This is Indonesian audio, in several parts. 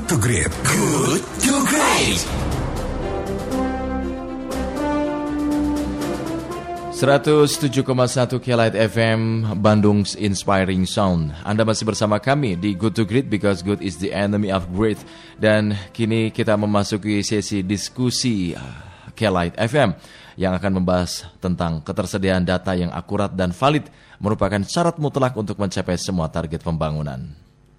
Good to Great. Good to Great. 107,1 KLIT FM Bandung's Inspiring Sound. Anda masih bersama kami di Good to Great because good is the enemy of great. Dan kini kita memasuki sesi diskusi KLIT FM yang akan membahas tentang ketersediaan data yang akurat dan valid merupakan syarat mutlak untuk mencapai semua target pembangunan.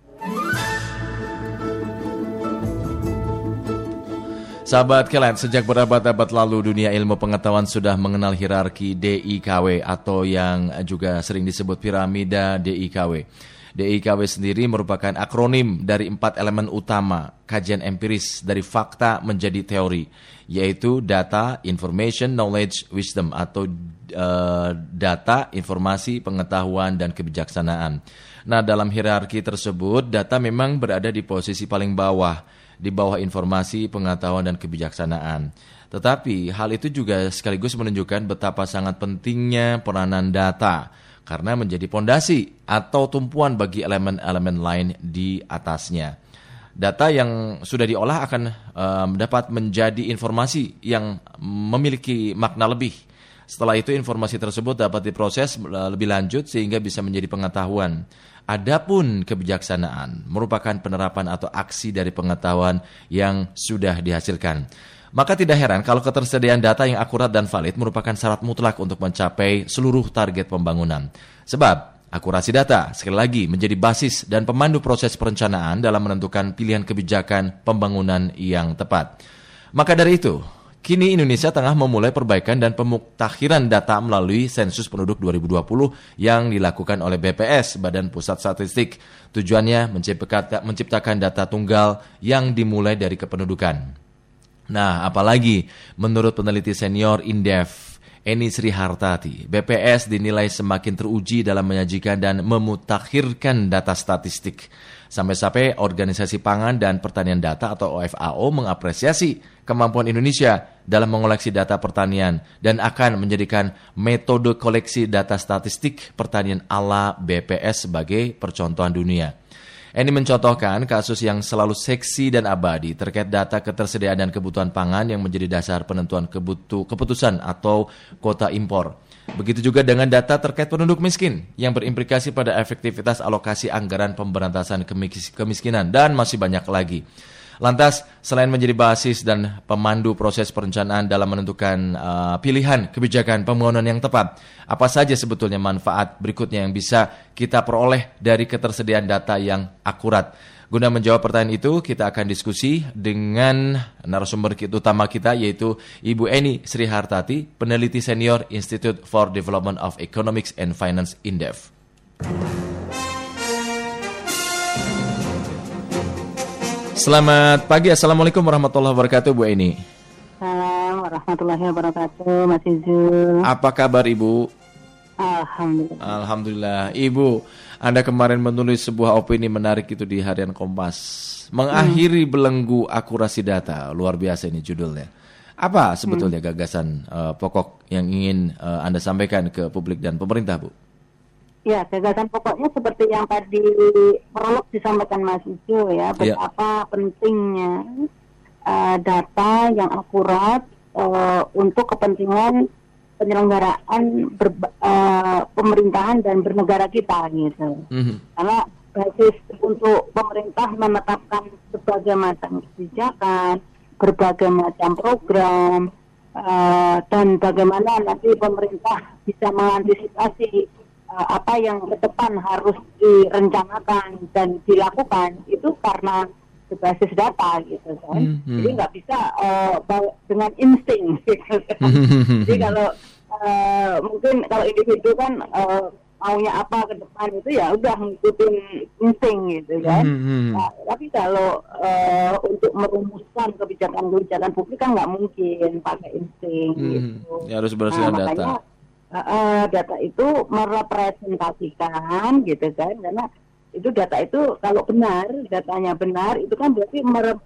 Sahabat KLIT, sejak berabad-abad lalu dunia ilmu pengetahuan sudah mengenal hierarki DIKW atau yang juga sering disebut piramida DIKW. DIKW sendiri merupakan akronim dari 4 elemen utama kajian empiris dari fakta menjadi teori, yaitu data, information, knowledge, wisdom atau data, informasi, pengetahuan, dan kebijaksanaan. Nah, dalam hierarki tersebut, data memang berada di posisi paling bawah, di bawah informasi, pengetahuan, dan kebijaksanaan. Tetapi hal itu juga sekaligus menunjukkan betapa sangat pentingnya peranan data karena menjadi pondasi atau tumpuan bagi elemen-elemen lain di atasnya. Data yang sudah diolah akan dapat menjadi informasi yang memiliki makna lebih. Setelah itu informasi tersebut dapat diproses lebih lanjut sehingga bisa menjadi pengetahuan. Adapun kebijaksanaan merupakan penerapan atau aksi dari pengetahuan yang sudah dihasilkan. Maka tidak heran kalau ketersediaan data yang akurat dan valid merupakan syarat mutlak untuk mencapai seluruh target pembangunan. Sebab akurasi data sekali lagi menjadi basis dan pemandu proses perencanaan dalam menentukan pilihan kebijakan pembangunan yang tepat. Maka dari itu, kini Indonesia tengah memulai perbaikan dan pemuktakhiran data melalui sensus penduduk 2020 yang dilakukan oleh BPS, Badan Pusat Statistik. Tujuannya menciptakan data tunggal yang dimulai dari kependudukan. Nah, apalagi menurut peneliti senior Indef, Eni Srihartati, BPS dinilai semakin teruji dalam menyajikan dan memutakhirkan data statistik. Sampai-sampai Organisasi Pangan dan Pertanian Data atau OFAO mengapresiasi kemampuan Indonesia dalam mengoleksi data pertanian dan akan menjadikan metode koleksi data statistik pertanian ala BPS sebagai percontohan dunia. Ini mencontohkan kasus yang selalu seksi dan abadi terkait data ketersediaan dan kebutuhan pangan yang menjadi dasar penentuan keputusan atau kuota impor. Begitu juga dengan data terkait penduduk miskin yang berimplikasi pada efektivitas alokasi anggaran pemberantasan kemiskinan dan masih banyak lagi. Lantas, selain menjadi basis dan pemandu proses perencanaan dalam menentukan pilihan kebijakan pembangunan yang tepat, apa saja sebetulnya manfaat berikutnya yang bisa kita peroleh dari ketersediaan data yang akurat? Guna menjawab pertanyaan itu, kita akan diskusi dengan narasumber utama kita, yaitu Ibu Eni Srihartati, peneliti senior Institute for Development of Economics and Finance Indef. Selamat pagi, Assalamualaikum warahmatullahi wabarakatuh, Bu Eni. Assalamualaikum warahmatullahi wabarakatuh, Mas Izul. Apa kabar Ibu? Alhamdulillah. Alhamdulillah. Ibu, Anda kemarin menulis sebuah opini menarik itu di Harian Kompas. Mengakhiri belenggu akurasi data. Luar biasa ini judulnya. Apa sebetulnya gagasan pokok yang ingin Anda sampaikan ke publik dan pemerintah, Bu? Ya, gagasan pokoknya seperti yang tadi prolog disampaikan Mas Ijo ya, betapa pentingnya data yang akurat untuk kepentingan penyelenggaraan pemerintahan dan bernegara kita gitu. Karena basis untuk pemerintah menetapkan berbagai macam kebijakan, berbagai macam program, dan bagaimana nanti pemerintah bisa mengantisipasi apa yang ke depan harus direncanakan dan dilakukan itu karena berbasis data gitu kan. Jadi nggak bisa dengan insting gitu kan. Jadi kalau mungkin kalau individu kan maunya apa ke depan itu ya udah ngikutin insting gitu kan. Nah, tapi kalau untuk merumuskan kebijakan publik kan nggak mungkin pakai insting gitu. Ya harus berdasarkan data. Data itu merepresentasikan gitu kan, karena itu data itu kalau benar, datanya benar, itu kan berarti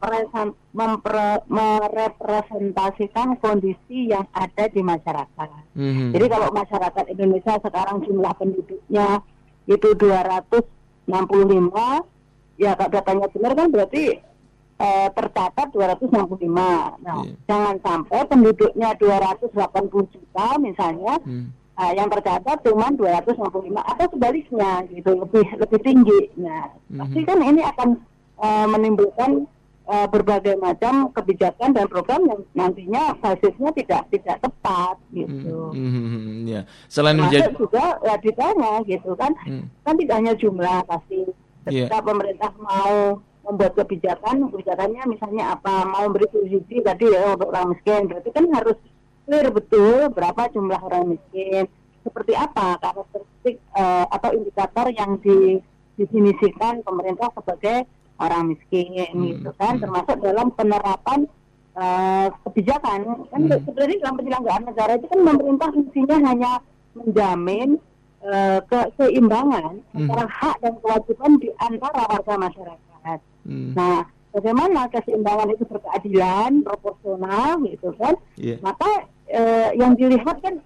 merepresentasikan kondisi yang ada di masyarakat. Jadi kalau masyarakat Indonesia sekarang jumlah penduduknya itu 265, ya kalau datanya benar kan berarti tercatat 265. Nah, jangan sampai penduduknya 280 juta misalnya, yang tercatat cuma 265 atau sebaliknya gitu, lebih tinggi. Nah, pasti kan ini akan menimbulkan berbagai macam kebijakan dan program yang nantinya basisnya tidak tepat gitu. Ya. Selain menjadi juga ya ditanya gitu kan, kan tidak hanya jumlah pasti. Ketika pemerintah mau membuat kebijakannya misalnya apa, mau beri subsidi tadi ya untuk orang miskin, berarti kan harus clear betul berapa jumlah orang miskin, seperti apa karakteristik atau indikator yang didefinisikan pemerintah sebagai orang miskin gitu kan, termasuk dalam penerapan kebijakan kan. Sebenarnya dalam penyelenggaraan negara itu kan pemerintah fungsinya hanya menjamin keseimbangan antara hak dan kewajiban di antara warga masyarakat. Nah, bagaimana keseimbangan itu berkeadilan, proporsional gitu kan? Maka yang dilihat kan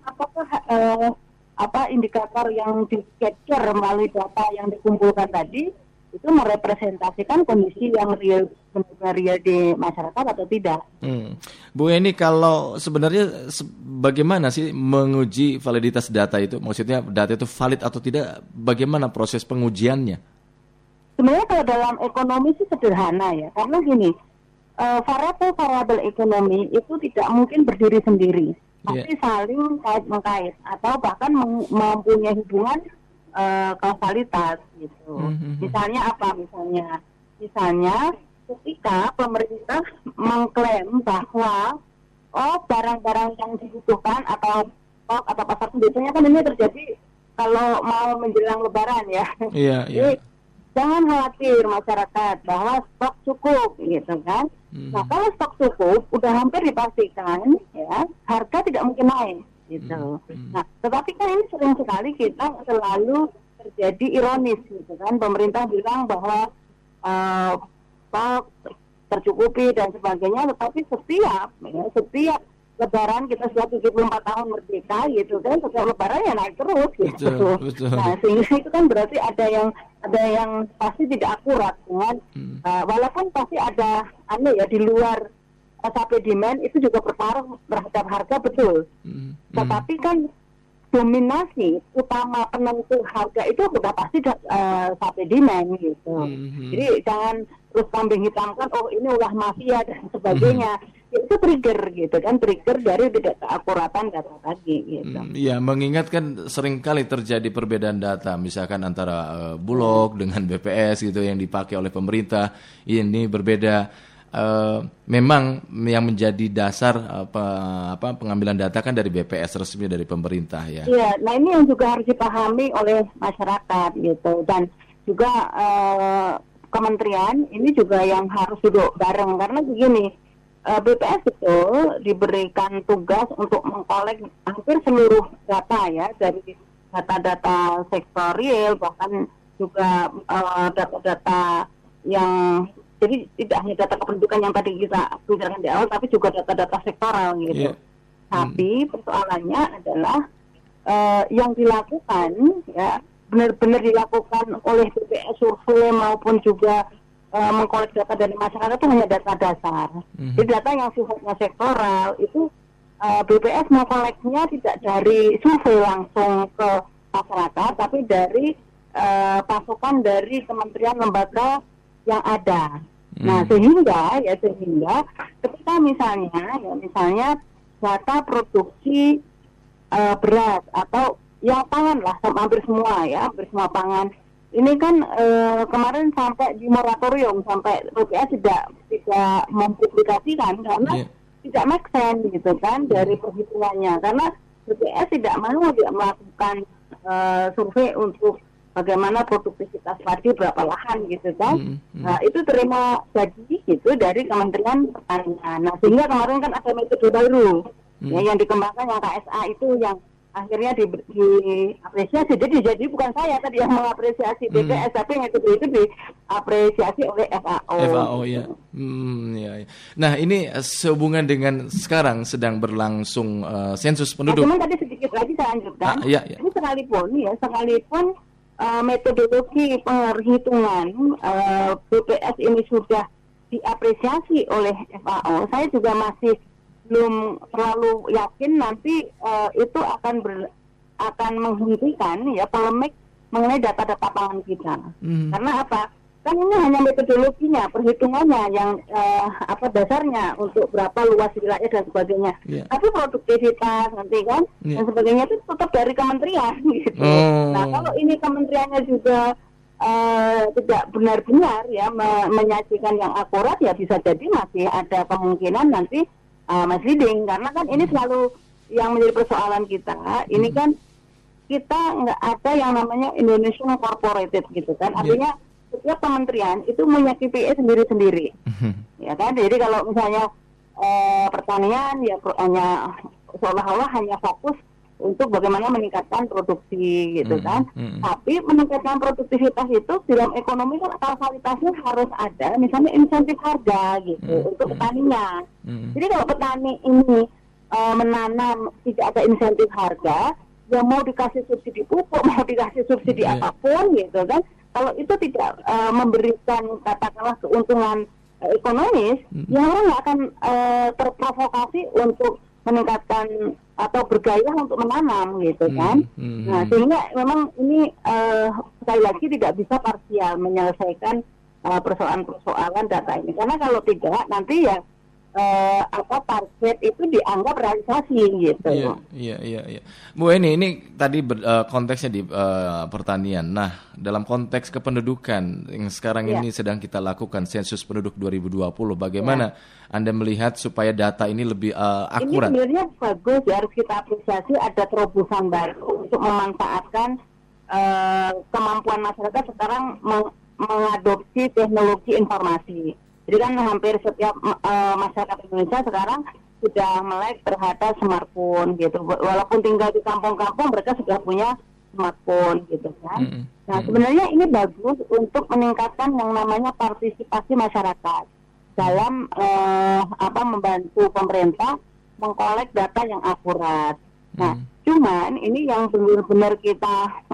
apakah indikator yang di-capture melalui data yang dikumpulkan tadi itu merepresentasikan kondisi yang benar-benar real di masyarakat atau tidak. Bu Eni, kalau sebenarnya bagaimana sih menguji validitas data itu? Maksudnya data itu valid atau tidak? Bagaimana proses pengujiannya? Sebenarnya kalau dalam ekonomi sih sederhana ya, karena gini, variabel ekonomi itu tidak mungkin berdiri sendiri, pasti saling kait-mengkait atau bahkan mempunyai hubungan kausalitas gitu. Misalnya apa? Misalnya ketika pemerintah mengklaim bahwa barang-barang yang dibutuhkan atau stok atau pasar biasanya kan ini terjadi kalau mau menjelang Lebaran ya. Jadi jangan khawatir masyarakat bahwa stok cukup gitu kan. Nah, kalau stok cukup udah hampir dipastikan ya, harga tidak mungkin naik gitu. Nah, tetapi kan ini sering sekali kita selalu terjadi ironis gitu kan. Pemerintah bilang bahwa stok tercukupi dan sebagainya, tetapi setiap Lebaran kita sudah 74 tahun merdeka gitu kan, setiap Lebaran ya naik terus gitu. Betul. Nah, sehingga itu kan berarti ada yang pasti tidak akurat dengan walaupun pasti ada di luar supply demand itu juga berpengaruh terhadap harga, betul. Tetapi kan dominasi utama penentu harga itu sudah pasti supply demand gitu. Jadi jangan terus kambing hitamkan, ini ulah mafia dan sebagainya. Itu trigger gitu kan, trigger dari tidak keakuratan data tadi gitu. Iya, mengingat kan seringkali terjadi perbedaan data, misalkan antara Bulog dengan BPS gitu yang dipakai oleh pemerintah, ini berbeda. Memang yang menjadi dasar pengambilan data kan dari BPS resmi dari pemerintah ya. Iya, nah ini yang juga harus dipahami oleh masyarakat gitu, dan juga kementerian ini juga yang harus duduk bareng, karena begini, BPS itu diberikan tugas untuk mengkolek hampir seluruh data ya, dari data-data sektor real, bahkan juga data-data yang jadi tidak hanya data kependudukan yang tadi kita bicarakan di awal, tapi juga data-data sektoral gitu. Tapi persoalannya adalah yang dilakukan ya benar-benar dilakukan oleh BPS survei maupun juga mengkolek data dari masyarakat itu hanya data dasar. Jadi data yang sifatnya sektoral itu BPS mengkoleknya tidak dari survei langsung ke masyarakat, tapi dari pasukan dari kementerian lembaga yang ada. Nah sehingga ketika misalnya data produksi beras atau yang pangan lah, hampir semua pangan ini kan kemarin sampai di moratorium, sampai BPS tidak mempublikasikan karena tidak make sense gitu kan dari perhitungannya, karena BPS tidak mau melakukan survei untuk bagaimana produktivitas padi, berapa lahan gitu kan. Nah itu terima gaji gitu dari Kementerian Pertanian. Nah sehingga kemarin kan ada metode baru yang dikembangkan, yang KSA itu yang akhirnya diapresiasi. Jadi bukan saya tadi yang mengapresiasi BPS, tapi metode itu diapresiasi oleh FAO. FAO ya. Nah ini sehubungan dengan sekarang sedang berlangsung sensus penduduk. Cuman tadi sedikit lagi saya lanjutkan. Ini sekalipun metodologi penghitungan BPS ini sudah diapresiasi oleh FAO, saya juga masih belum terlalu yakin nanti itu akan menghentikan ya polemik mengenai data-data pangan kita. Karena apa? Kan ini hanya metodologinya, perhitungannya yang dasarnya untuk berapa luas wilayah dan sebagainya. Tapi produktivitas nanti kan dan sebagainya itu tetap dari kementerian gitu. Nah, kalau ini kementeriannya juga tidak benar-benar ya menyajikan yang akurat, ya bisa jadi masih ada kemungkinan nanti misleading, karena kan ini selalu yang menjadi persoalan kita. Ini kan kita nggak ada yang namanya Indonesian Incorporated gitu kan, artinya setiap kementerian itu punya KPI sendiri-sendiri, ya kan. Jadi kalau misalnya pertanian ya hanya seolah-olah hanya fokus untuk bagaimana meningkatkan produksi gitu kan. Tapi meningkatkan produktivitas itu dalam ekonomi kan kausalitasnya harus ada, misalnya insentif harga gitu untuk petaninya. Jadi kalau petani ini menanam tidak ada insentif harga, ya mau dikasih subsidi pupuk, mau dikasih subsidi apapun gitu kan, kalau itu tidak memberikan katakanlah keuntungan ekonomis, ya orang nggak akan terprovokasi untuk meningkatkan atau bergairah untuk menanam gitu kan. Nah, sehingga memang ini sekali lagi tidak bisa parsial menyelesaikan persoalan-persoalan data ini, karena kalau tidak nanti ya target itu dianggap realisasi gitu. Iya. Bu, ini tadi konteksnya di pertanian. Nah, dalam konteks kependudukan yang sekarang ini sedang kita lakukan sensus penduduk 2020, bagaimana Anda melihat supaya data ini lebih akurat? Ini sebenarnya bagus ya, harus kita apresiasi ada terobosan baru untuk memanfaatkan kemampuan masyarakat sekarang mengadopsi teknologi informasi. Jadi kan hampir setiap masyarakat Indonesia sekarang sudah melek terhadap smartphone gitu. Walaupun tinggal di kampung-kampung, mereka sudah punya smartphone gitu kan. Nah, sebenarnya ini bagus untuk meningkatkan yang namanya partisipasi masyarakat dalam membantu pemerintah mengkolek data yang akurat. Nah, cuman ini yang benar-benar kita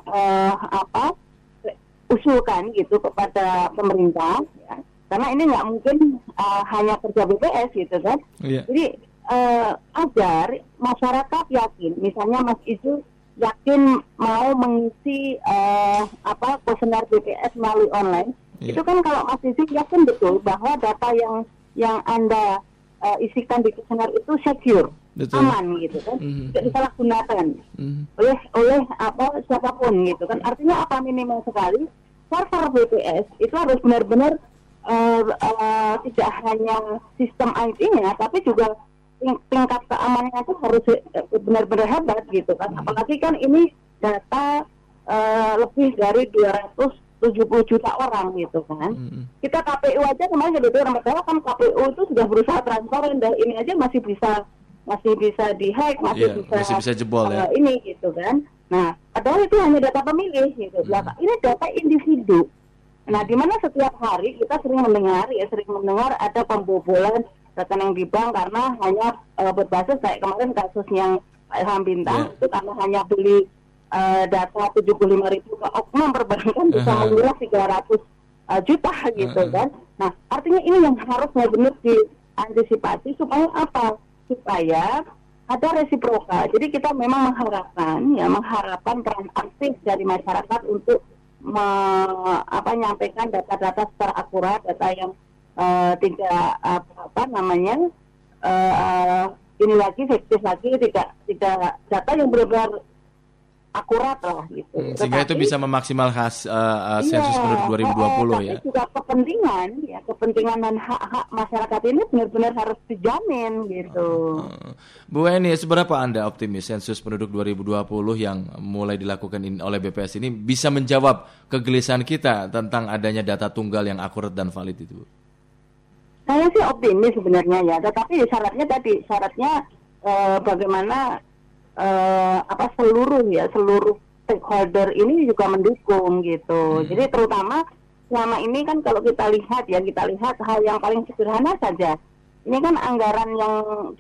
usulkan gitu kepada pemerintah ya. Karena ini nggak mungkin hanya kerja BPS gitu kan. Jadi agar masyarakat yakin, misalnya Mas Izu yakin mau mengisi kuesioner BPS melalui online, itu kan kalau Mas Izu yakin betul bahwa data yang Anda isikan di kuesioner itu secure, aman gitu kan, tidak disalahgunakan oleh siapapun gitu kan. Artinya apa, minimal sekali server BPS itu harus benar-benar tidak hanya sistem IT-nya, tapi juga tingkat keamanannya itu harus benar-benar hebat gitu kan. Apalagi kan ini data lebih dari 270 juta orang gitu kan. Kita KPU aja kemarin sebetulnya pertama kan KPU itu sudah berusaha transparan, dan ini aja masih bisa dihack, masih bisa jebol ya. Ini gitu kan. Nah, padahal itu hanya data pemilih gitu. Ini data individu. Nah, di mana setiap hari kita sering mendengar ada pembobolan rekening di bank karena hanya berbasis kayak kemarin kasus yang Pak Ilham Bintang itu karena hanya beli data 75.000 ke oknum perbankan bisa menguras 300 juta gitu kan. Nah, artinya ini yang harus benar-benar diantisipasi supaya apa? Supaya ada resiprokal. Jadi kita memang mengharapkan peran aktif dari masyarakat untuk menyampaikan data-data secara akurat, data yang tidak ini lagi fiktif lagi, tidak data yang benar-benar akurat lah gitu. Sehingga itu bisa memaksimalkan sensus penduduk 2020 ya. Tapi juga kepentingan dan hak-hak masyarakat ini benar-benar harus dijamin gitu. Bu Eni, seberapa Anda optimis sensus penduduk 2020 yang mulai dilakukan oleh BPS ini bisa menjawab kegelisahan kita tentang adanya data tunggal yang akurat dan valid itu? Saya sih optimis sebenarnya ya, tetapi syaratnya bagaimana seluruh stakeholder ini juga mendukung gitu. Jadi terutama selama ini kan kalau kita lihat hal yang paling sederhana saja. Ini kan anggaran yang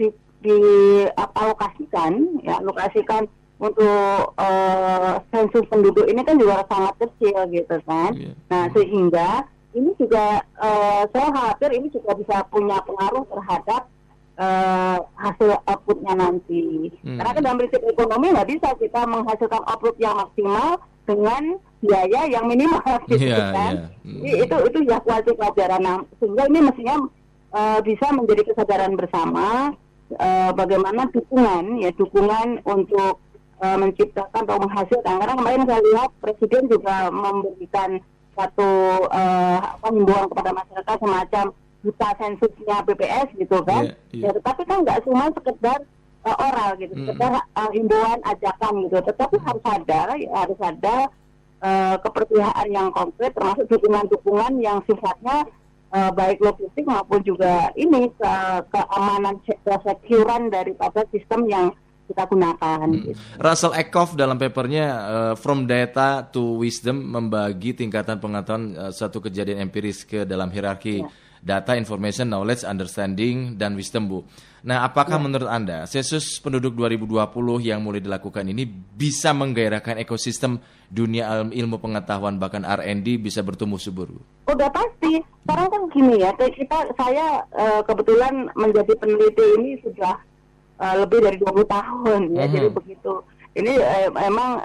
alokasikan untuk sensus penduduk ini kan juga sangat kecil gitu kan. Nah, sehingga ini juga saya khawatir ini juga bisa punya pengaruh terhadap hasil outputnya nanti. Karena kan dalam prinsip ekonomi nggak bisa kita menghasilkan output yang maksimal dengan biaya yang minimal, gitu kan. Itu ya kewajaran. Nah, sehingga ini mestinya bisa menjadi kesadaran bersama bagaimana dukungan untuk menciptakan atau menghasilkan. Karena kemarin saya lihat Presiden juga memberikan satu himbauan kepada masyarakat semacam buta sensusnya BPS gitu kan. Ya, tetapi kan nggak cuma sekedar oral gitu, sekedar himbauan ajakan gitu. Tetapi harus ada keperpihakan yang konkret, termasuk dukungan-dukungan yang sifatnya baik logistik maupun juga ini keamanan, kesekuran daripada sistem yang kita gunakan. Russell Eckhoff dalam papernya From Data to Wisdom membagi tingkatan pengetahuan satu kejadian empiris ke dalam hierarki data, information, knowledge, understanding, dan wisdom, Bu. Nah, apakah menurut Anda sensus penduduk 2020 yang mulai dilakukan ini bisa menggairahkan ekosistem dunia ilmu pengetahuan bahkan R&D bisa bertumbuh subur, Bu? Udah pasti. Sekarang kan gini ya, saya kebetulan menjadi peneliti ini sudah lebih dari 20 tahun ya, jadi begitu. Ini memang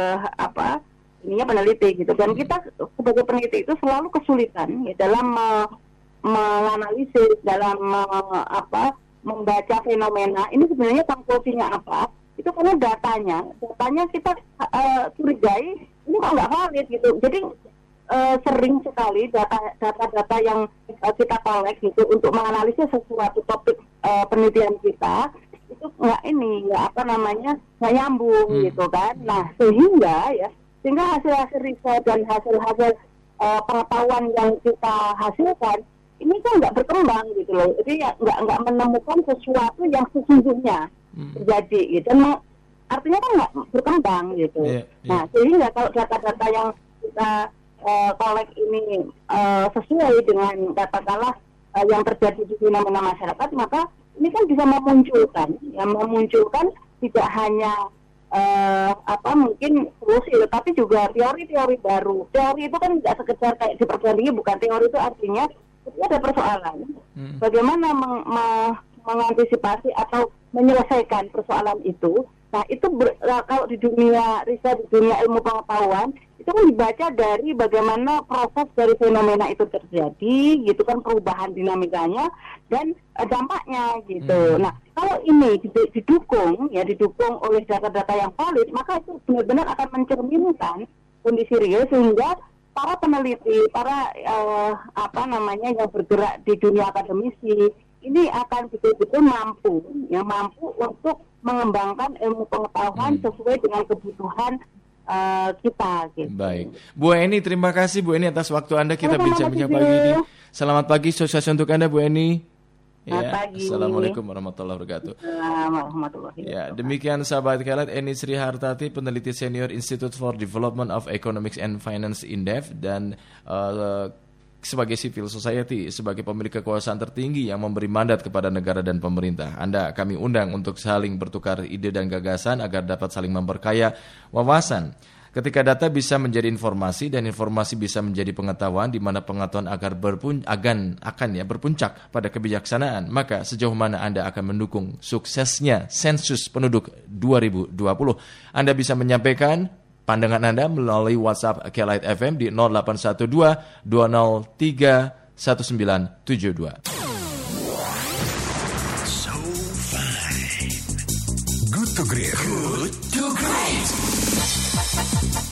ininya peneliti gitu, dan kita sebagai peneliti itu selalu kesulitan ya dalam menganalisis, dalam membaca fenomena ini sebenarnya konklusinya apa. Itu karena datanya kita curigai ini kok nggak valid gitu. Jadi sering sekali data-data yang kita kolek gitu untuk menganalisis sesuatu topik penelitian kita itu nggak nyambung gitu kan. Nah sehingga hasil-hasil riset dan hasil-hasil pengetahuan yang kita hasilkan ini kan nggak berkembang gitu loh. Jadi nggak menemukan sesuatu yang sesungguhnya terjadi gitu. Dan artinya kan nggak berkembang gitu. Nah sehingga kalau data-data yang kita kolek ini sesuai dengan katakanlah yang terjadi di fenomena masyarakat, maka ini kan bisa memunculkan tidak hanya mungkin solusi, tapi juga teori-teori baru. Teori itu kan tidak sekedar kayak diperbarui, bukan. Teori itu artinya ada persoalan. Bagaimana mengantisipasi atau menyelesaikan persoalan itu. Nah itu kalau di dunia riset, di dunia ilmu pengetahuan itu kan dibaca dari bagaimana proses dari fenomena itu terjadi, gitu kan, perubahan dinamikanya dan dampaknya gitu. Nah kalau ini didukung oleh data-data yang valid, maka itu benar-benar akan mencerminkan kondisi real, sehingga para peneliti, para yang bergerak di dunia akademisi ini akan betul-betul mampu untuk mengembangkan ilmu pengetahuan sesuai dengan kebutuhan kita. Gitu. Baik, Bu Eni, terima kasih Bu Eni atas waktu Anda, kita bincang-bincang pagi ini. Selamat pagi, sukses untuk Anda Bu Eni. Selamat pagi. Assalamualaikum warahmatullahi wabarakatuh. Ya, demikian sahabat Kelet, Eni Sri Hartati, peneliti senior Institute for Development of Economics and Finance INDEF, dan sebagai civil society, sebagai pemilik kekuasaan tertinggi yang memberi mandat kepada negara dan pemerintah. Anda kami undang untuk saling bertukar ide dan gagasan agar dapat saling memperkaya wawasan. Ketika data bisa menjadi informasi dan informasi bisa menjadi pengetahuan, di mana pengetahuan akan berpuncak pada kebijaksanaan, maka sejauh mana Anda akan mendukung suksesnya sensus penduduk 2020? Anda bisa menyampaikan pandangan Anda melalui WhatsApp K-Light FM di 0812 203 1972. So fine. Good to great. Good to great.